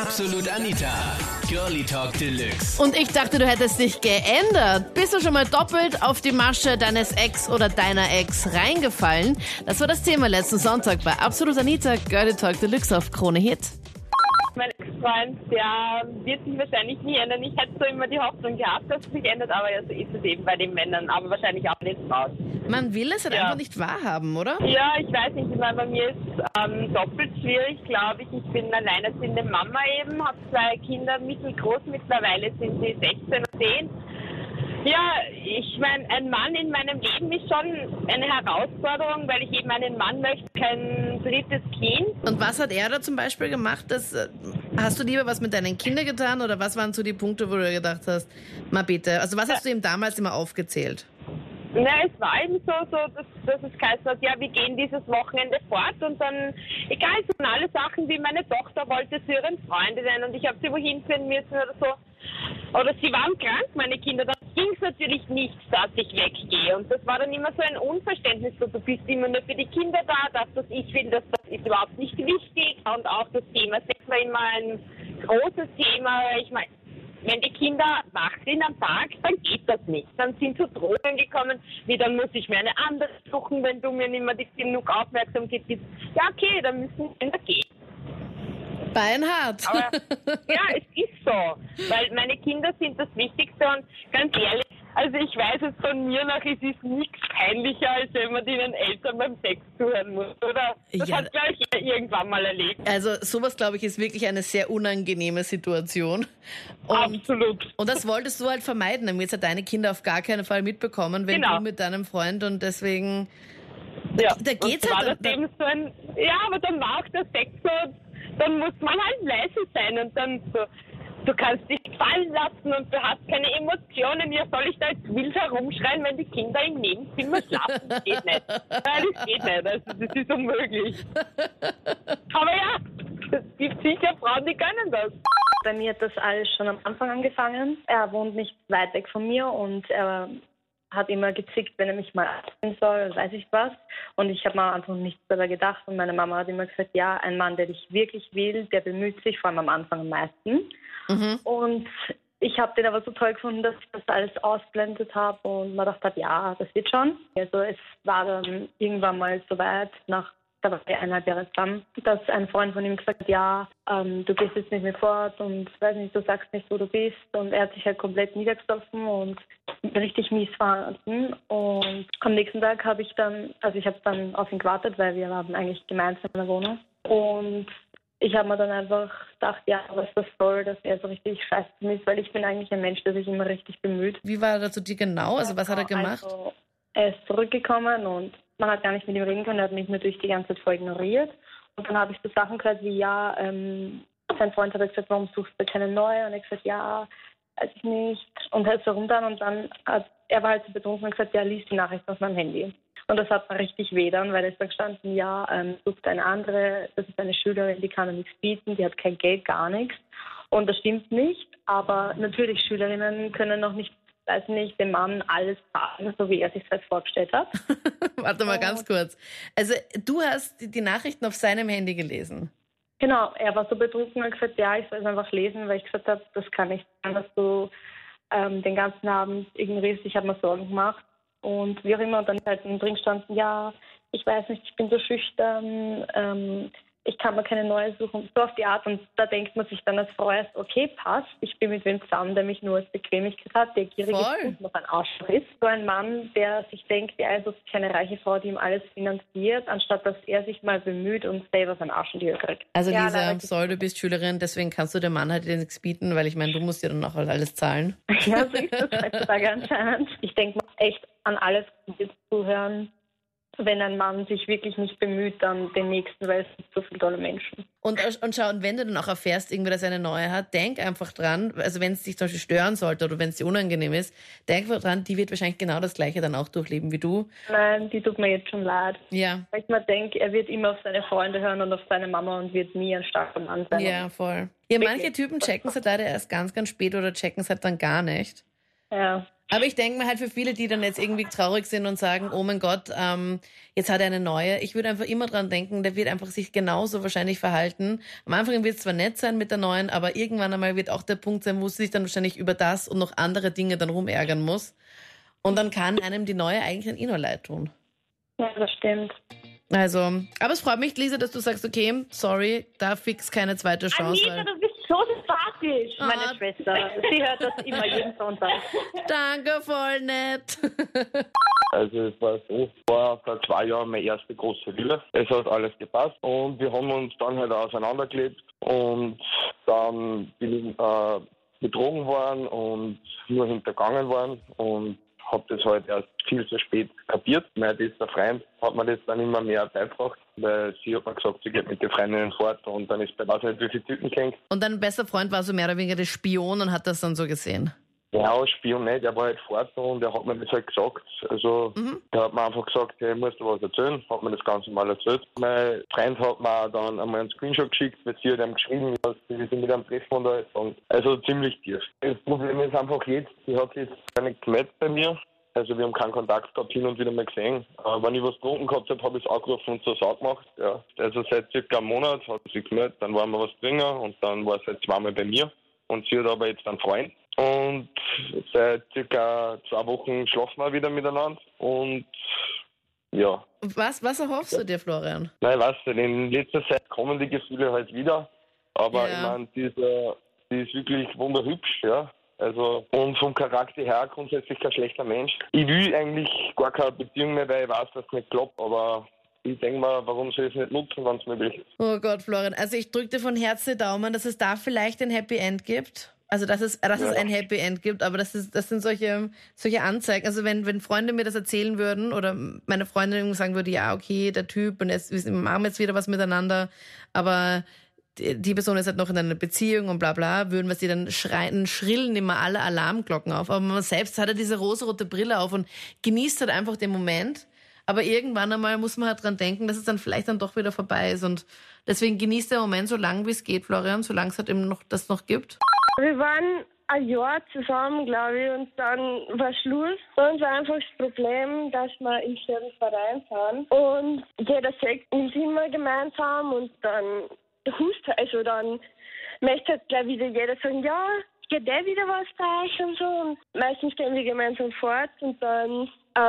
Absolut Anita, Girlie Talk Deluxe. Und ich dachte, du hättest dich geändert. Bist du schon mal doppelt auf die Masche deines Ex oder deiner Ex reingefallen? Das war das Thema letzten Sonntag bei Absolut Anita, Girlie Talk Deluxe auf Krone Hit. Mein Ex-Freund, der wird sich wahrscheinlich nie ändern. Ich hätte so immer die Hoffnung gehabt, dass es sich ändert, aber ja, so ist es eben bei den Männern, aber wahrscheinlich auch nicht Frauen. Man will es halt einfach nicht wahrhaben, oder? Ja, ich weiß nicht, ich meine, bei mir ist doppelt schwierig, glaube ich. Ich bin alleinerziehende Mama eben, habe 2 Kinder, mittelgroß, mittlerweile sind sie 16 und 10. Ja, ich meine, ein Mann in meinem Leben ist schon eine Herausforderung, weil ich eben einen Mann möchte, kein drittes Kind. Und was hat er da zum Beispiel gemacht? Hast du lieber was mit deinen Kindern getan oder was waren so die Punkte, wo du gedacht hast, mal bitte, also was hast du ihm damals immer aufgezählt? Na, es war eben so dass es geheißen hat, ja, wir gehen dieses Wochenende fort und dann, egal, es waren alle Sachen, wie meine Tochter wollte zu ihren Freundinnen und ich habe sie wohin führen müssen oder so. Oder sie waren krank, meine Kinder, dann ging es natürlich nicht, dass ich weggehe. Und das war dann immer so ein Unverständnis, so, du bist immer nur für die Kinder da, das, was ich will, das ist überhaupt nicht wichtig. Und auch das Thema Sex war immer ein großes Thema. Ich meine, wenn die Kinder wach sind am Tag, dann geht das nicht. Dann sind so Drohungen gekommen, wie dann muss ich mir eine andere suchen, wenn du mir nicht mehr genug Aufmerksamkeit gibst. Ja, okay, dann müssen die Kinder gehen. Beinhart. Aber ja, es ist so, weil meine Kinder sind das Wichtigste und ganz ehrlich, also ich weiß es von mir nach, es ist nichts peinlicher, als wenn man den Eltern beim Sex zuhören muss, oder? Das hat, glaube ich, irgendwann mal erlebt. Also sowas, glaube ich, ist wirklich eine sehr unangenehme Situation. Absolut. Und das wolltest du halt vermeiden, damit es ja deine Kinder auf gar keinen Fall mitbekommen, wenn du mit deinem Freund und deswegen... Ja, da geht's war halt... das eben so ein, ja, aber dann war auch der Sex so, dann muss man halt leise sein und dann so, du kannst dich fallen lassen und du hast keine Emotionen. Ja, soll ich da jetzt wild herumschreien, wenn die Kinder im Nebenzimmer schlafen? Das geht nicht. Nein, das geht nicht. Also, das ist unmöglich. Aber ja, es gibt sicher Frauen, die können das. Bei mir hat das alles schon am Anfang angefangen. Er wohnt nicht weit weg von mir und er hat immer gezickt, wenn er mich mal absehen soll, weiß ich was. Und ich habe mir einfach nichts dabei gedacht. Und meine Mama hat immer gesagt, ja, ein Mann, der dich wirklich will, der bemüht sich, vor allem am Anfang am meisten. Mhm. Und ich habe den aber so toll gefunden, dass ich das alles ausblendet habe und man dachte, ja, das wird schon. Also es war dann irgendwann mal so weit, da war er 1,5 Jahre zusammen, dass ein Freund von ihm gesagt hat, ja, du gehst jetzt nicht mehr fort und weiß nicht, du sagst nicht, wo du bist. Und er hat sich halt komplett niedergesoffen und richtig mies verhalten. Und am nächsten Tag habe ich dann auf ihn gewartet, weil wir waren eigentlich gemeinsam in der Wohnung. Und ich habe mir dann einfach gedacht, ja, was das soll, dass er so richtig scheiße ist, weil ich bin eigentlich ein Mensch, der sich immer richtig bemüht. Wie war er zu dir genau? Also was hat er gemacht? Also, er ist zurückgekommen und man hat gar nicht mit ihm reden können, er hat mich natürlich die ganze Zeit voll ignoriert. Und dann habe ich so Sachen gehört wie, ja, sein Freund hat gesagt, warum suchst du keine neue? Und er hat gesagt, ja, weiß ich nicht. Und halt so rum dann und dann er war halt so betrunken und gesagt, ja, lies die Nachricht auf meinem Handy. Und das hat mir richtig weh dann, weil es da gestanden, ja, sucht eine andere, das ist eine Schülerin, die kann mir nichts bieten, die hat kein Geld, gar nichts. Und das stimmt nicht, aber natürlich Schülerinnen können noch nicht, weiß nicht, dem Mann alles sagen, so wie er sich das vorgestellt hat. Warte mal ganz kurz. Also du hast die Nachrichten auf seinem Handy gelesen? Genau, er war so betrunken und gesagt, ja, ich soll es einfach lesen, weil ich gesagt habe, das kann nicht sein, dass du den ganzen Abend ignorierst. Ich habe mir Sorgen gemacht und wie auch immer. Und dann halt drin standen, ja, ich weiß nicht, ich bin so schüchtern, ich kann mir keine neue suchen, so auf die Art. Und da denkt man sich dann als Frau erst, okay, passt, ich bin mit wem zusammen, der mich nur als Bequemlichkeit hat, der gierig ist und noch ein Arschloch ist. So ein Mann, der sich denkt, ja, also ist keine reiche Frau, die ihm alles finanziert, anstatt dass er sich mal bemüht und selber seinen Arsch in die Höhe kriegt. Also ja, Lisa, du bist Schülerin, deswegen kannst du dem Mann halt nichts bieten, weil ich meine, du musst ja dann auch alles zahlen. Ja, so ist das heutzutage anscheinend. Ich denke mal echt an alles, die zuhören. Wenn ein Mann sich wirklich nicht bemüht, dann den nächsten, weil es gibt so viele tolle Menschen. Und schau, und wenn du dann auch erfährst, irgendwie, dass er eine neue hat, denk einfach dran, also wenn es dich zum Beispiel stören sollte oder wenn es dir unangenehm ist, denk einfach dran, die wird wahrscheinlich genau das Gleiche dann auch durchleben wie du. Nein, die tut mir jetzt schon leid. Ja. Weil ich mir denke, er wird immer auf seine Freunde hören und auf seine Mama und wird nie ein starker Mann sein. Ja, voll. Ja, manche Typen checken es halt leider erst ganz, ganz spät oder checken es halt dann gar nicht. Ja. Aber ich denke mir halt für viele, die dann jetzt irgendwie traurig sind und sagen, oh mein Gott, jetzt hat er eine neue. Ich würde einfach immer dran denken, der wird einfach sich genauso wahrscheinlich verhalten. Am Anfang wird es zwar nett sein mit der neuen, aber irgendwann einmal wird auch der Punkt sein, wo sie sich dann wahrscheinlich über das und noch andere Dinge dann rumärgern muss. Und dann kann einem die neue eigentlich nur leid tun. Ja, das stimmt. Also, aber es freut mich, Lisa, dass du sagst, okay, sorry, da fix keine zweite Chance. Anita, du bist so sympathisch, meine Schwester. Sie hört das immer jeden Sonntag. Danke, voll nett. Also es war so, war vor 2 Jahren meine erste große Liebe. Es hat alles gepasst und wir haben uns dann halt auseinandergelebt und dann bin ich betrogen worden und nur hintergangen worden und habe das halt erst viel zu spät kapiert. Mein bester Freund hat mir das dann immer mehr beigebracht, weil sie hat mir gesagt, sie geht mit den Freundinnen fort und dann ist bei was nicht wie viele Typen gehängt. Und dein bester Freund war so mehr oder weniger der Spion und hat das dann so gesehen? Ja, Spion nicht, er war halt fort und er hat mir das halt gesagt. Also, er hat mir einfach gesagt, hey, ich muss dir was erzählen, hat mir das Ganze mal erzählt. Mein Freund hat mir dann einmal einen Screenshot geschickt, weil sie hat ihm geschrieben, dass sie sich mit einem treffen und alles. Und also ziemlich tief. Das Problem ist einfach jetzt, sie hat sich gar nicht gemeldet bei mir. Also wir haben keinen Kontakt gehabt, hin und wieder mal gesehen. Wenn ich was getrunken gehabt habe, habe ich es angerufen und zur Sau gemacht. Ja. Also seit circa einem Monat hat sie sich gemeldet, dann waren wir was trinken und dann war sie halt 2-mal bei mir. Und sie hat aber jetzt einen Freund. Und seit circa 2 Wochen schlafen wir wieder miteinander. Und ja. Was erhoffst du dir, Florian? Nein, ich weiß nicht, in letzter Zeit kommen die Gefühle halt wieder. Aber ja. Ich meine, die ist wirklich wunderhübsch, ja. Also, und vom Charakter her grundsätzlich kein schlechter Mensch. Ich will eigentlich gar keine Beziehung mehr, weil ich weiß, dass es nicht klappt, aber ich denke mal, warum soll ich es nicht nutzen, wenn es möglich ist? Oh Gott, Florian, also ich drücke dir von Herzen Daumen, dass es da vielleicht ein Happy End gibt. Also, dass es ein Happy End gibt, aber das sind solche Anzeigen. Also, wenn Freunde mir das erzählen würden oder meine Freundin sagen würde, ja, okay, der Typ und wir machen jetzt wieder was miteinander, aber die Person ist halt noch in einer Beziehung und bla bla, würden wir sie dann schrillen immer alle Alarmglocken auf. Aber man selbst hat ja diese rosarote Brille auf und genießt halt einfach den Moment. Aber irgendwann einmal muss man halt dran denken, dass es dann vielleicht dann doch wieder vorbei ist. Und deswegen genießt der Moment so lange, wie es geht, Florian, solange es halt eben noch das noch gibt. Wir waren ein Jahr zusammen, glaube ich, und dann war Schluss. Und war einfach das Problem, dass wir im selben Verein sind. Und jeder sagt uns immer gemeinsam und dann dann möchte halt gleich wieder jeder sagen, ja, geht der wieder was bei euch und so. Und meistens gehen wir gemeinsam fort und dann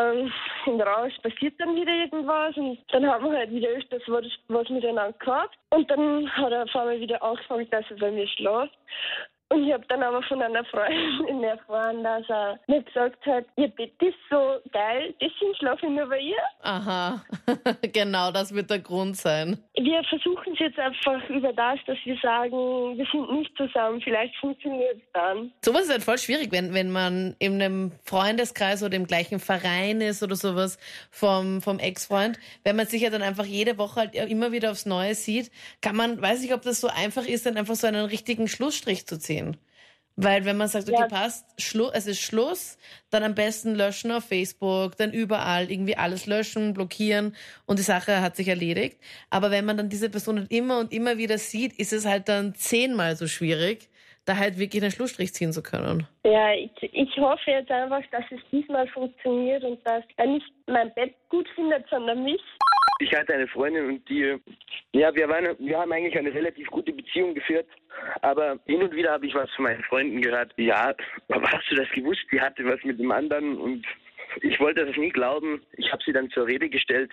im Rausch passiert dann wieder irgendwas und dann haben wir halt wieder öfters was miteinander gehabt. Und dann hat er auf einmal wieder angefangen, dass er bei mir schläft. Und ich habe dann aber von einer Freundin erfahren, dass er mir gesagt hat, ihr Bett ist so geil, deswegen schlafe ich nur bei ihr. Aha, genau, das wird der Grund sein. Wir versuchen es jetzt einfach über das, dass wir sagen, wir sind nicht zusammen, vielleicht funktioniert es dann. Sowas ist halt voll schwierig, wenn man in einem Freundeskreis oder im gleichen Verein ist oder sowas vom Ex-Freund. Wenn man sich ja dann einfach jede Woche halt immer wieder aufs Neue sieht, weiß ich, ob das so einfach ist, dann einfach so einen richtigen Schlussstrich zu ziehen. Weil wenn man sagt, okay, passt, es ist Schluss, dann am besten löschen auf Facebook, dann überall irgendwie alles löschen, blockieren und die Sache hat sich erledigt. Aber wenn man dann diese Person immer und immer wieder sieht, ist es halt dann 10-mal so schwierig, da halt wirklich einen Schlussstrich ziehen zu können. Ja, ich hoffe jetzt einfach, dass es diesmal funktioniert und dass er nicht mein Bett gut findet, sondern mich. Ich hatte eine Freundin und wir haben eigentlich eine relativ gute Beziehung geführt, aber hin und wieder habe ich was von meinen Freunden gehört. Ja, aber hast du das gewusst? Die hatte was mit dem anderen und ich wollte das nie glauben. Ich habe sie dann zur Rede gestellt.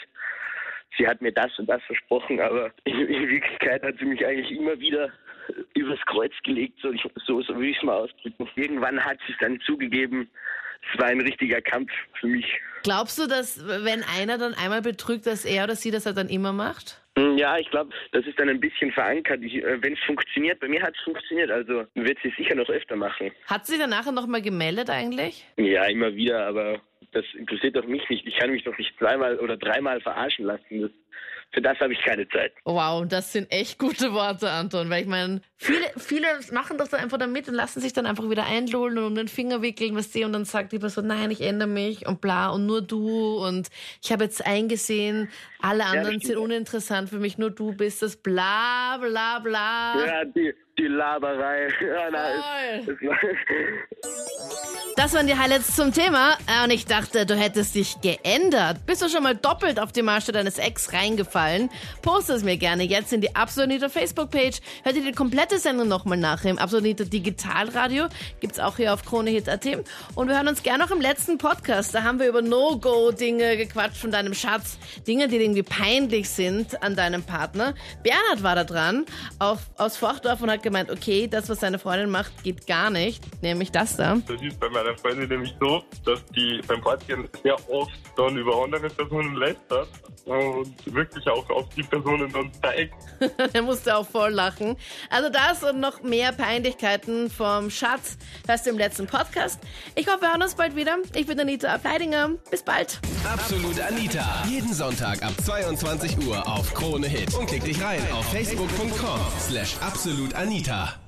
Sie hat mir das und das versprochen, aber in Wirklichkeit hat sie mich eigentlich immer wieder übers Kreuz gelegt, so will ich es mal ausdrücken. Irgendwann hat sie es dann zugegeben. Es war ein richtiger Kampf für mich. Glaubst du, dass wenn einer dann einmal betrügt, dass er oder sie das halt dann immer macht? Ja, ich glaube, das ist dann ein bisschen verankert. Wenn es funktioniert, bei mir hat es funktioniert, also wird sie sicher noch öfter machen. Hat sie dann nachher nochmal gemeldet eigentlich? Ja, immer wieder, aber das interessiert doch mich nicht. Ich kann mich doch nicht 2-mal oder 3-mal verarschen lassen. Für das habe ich keine Zeit. Wow, das sind echt gute Worte, Anton. Weil ich meine, viele machen das dann einfach damit und lassen sich dann einfach wieder einlullen und um den Finger wickeln, was sie und dann sagt die Person, nein, ich ändere mich und bla und nur du und ich habe jetzt eingesehen, alle anderen sind uninteressant für mich, nur du bist das bla bla bla. Ja, die Laberei. Ja, Voll. Das waren die Highlights zum Thema. Und ich dachte, du hättest dich geändert. Bist du schon mal doppelt auf die Masche deines Ex reingefallen? Poste es mir gerne jetzt in die Absolut Anita Facebook-Page. Hört ihr die komplette Sendung nochmal nach im Absolut Anita Digitalradio. Gibt's auch hier auf KroneHit.at. Und wir hören uns gerne noch im letzten Podcast. Da haben wir über No-Go-Dinge gequatscht von deinem Schatz. Dinge, die irgendwie peinlich sind an deinem Partner. Bernhard war da dran, aus Forchdorf, und hat gemeint, okay, das, was seine Freundin macht, geht gar nicht. Nämlich das da. Das ist bei meiner Freundin nämlich so, dass die beim Fortgehen sehr oft dann über andere Personen lästert und wirklich auch auf die Personen dann zeigt. Er musste auch voll lachen. Also das und noch mehr Peinlichkeiten vom Schatz hörst du im letzten Podcast. Ich hoffe, wir hören uns bald wieder. Ich bin Anita Ableidinger. Bis bald. Absolut Anita. Jeden Sonntag ab 22 Uhr auf Krone Hit. Und klick dich rein auf facebook.com/absolutanita.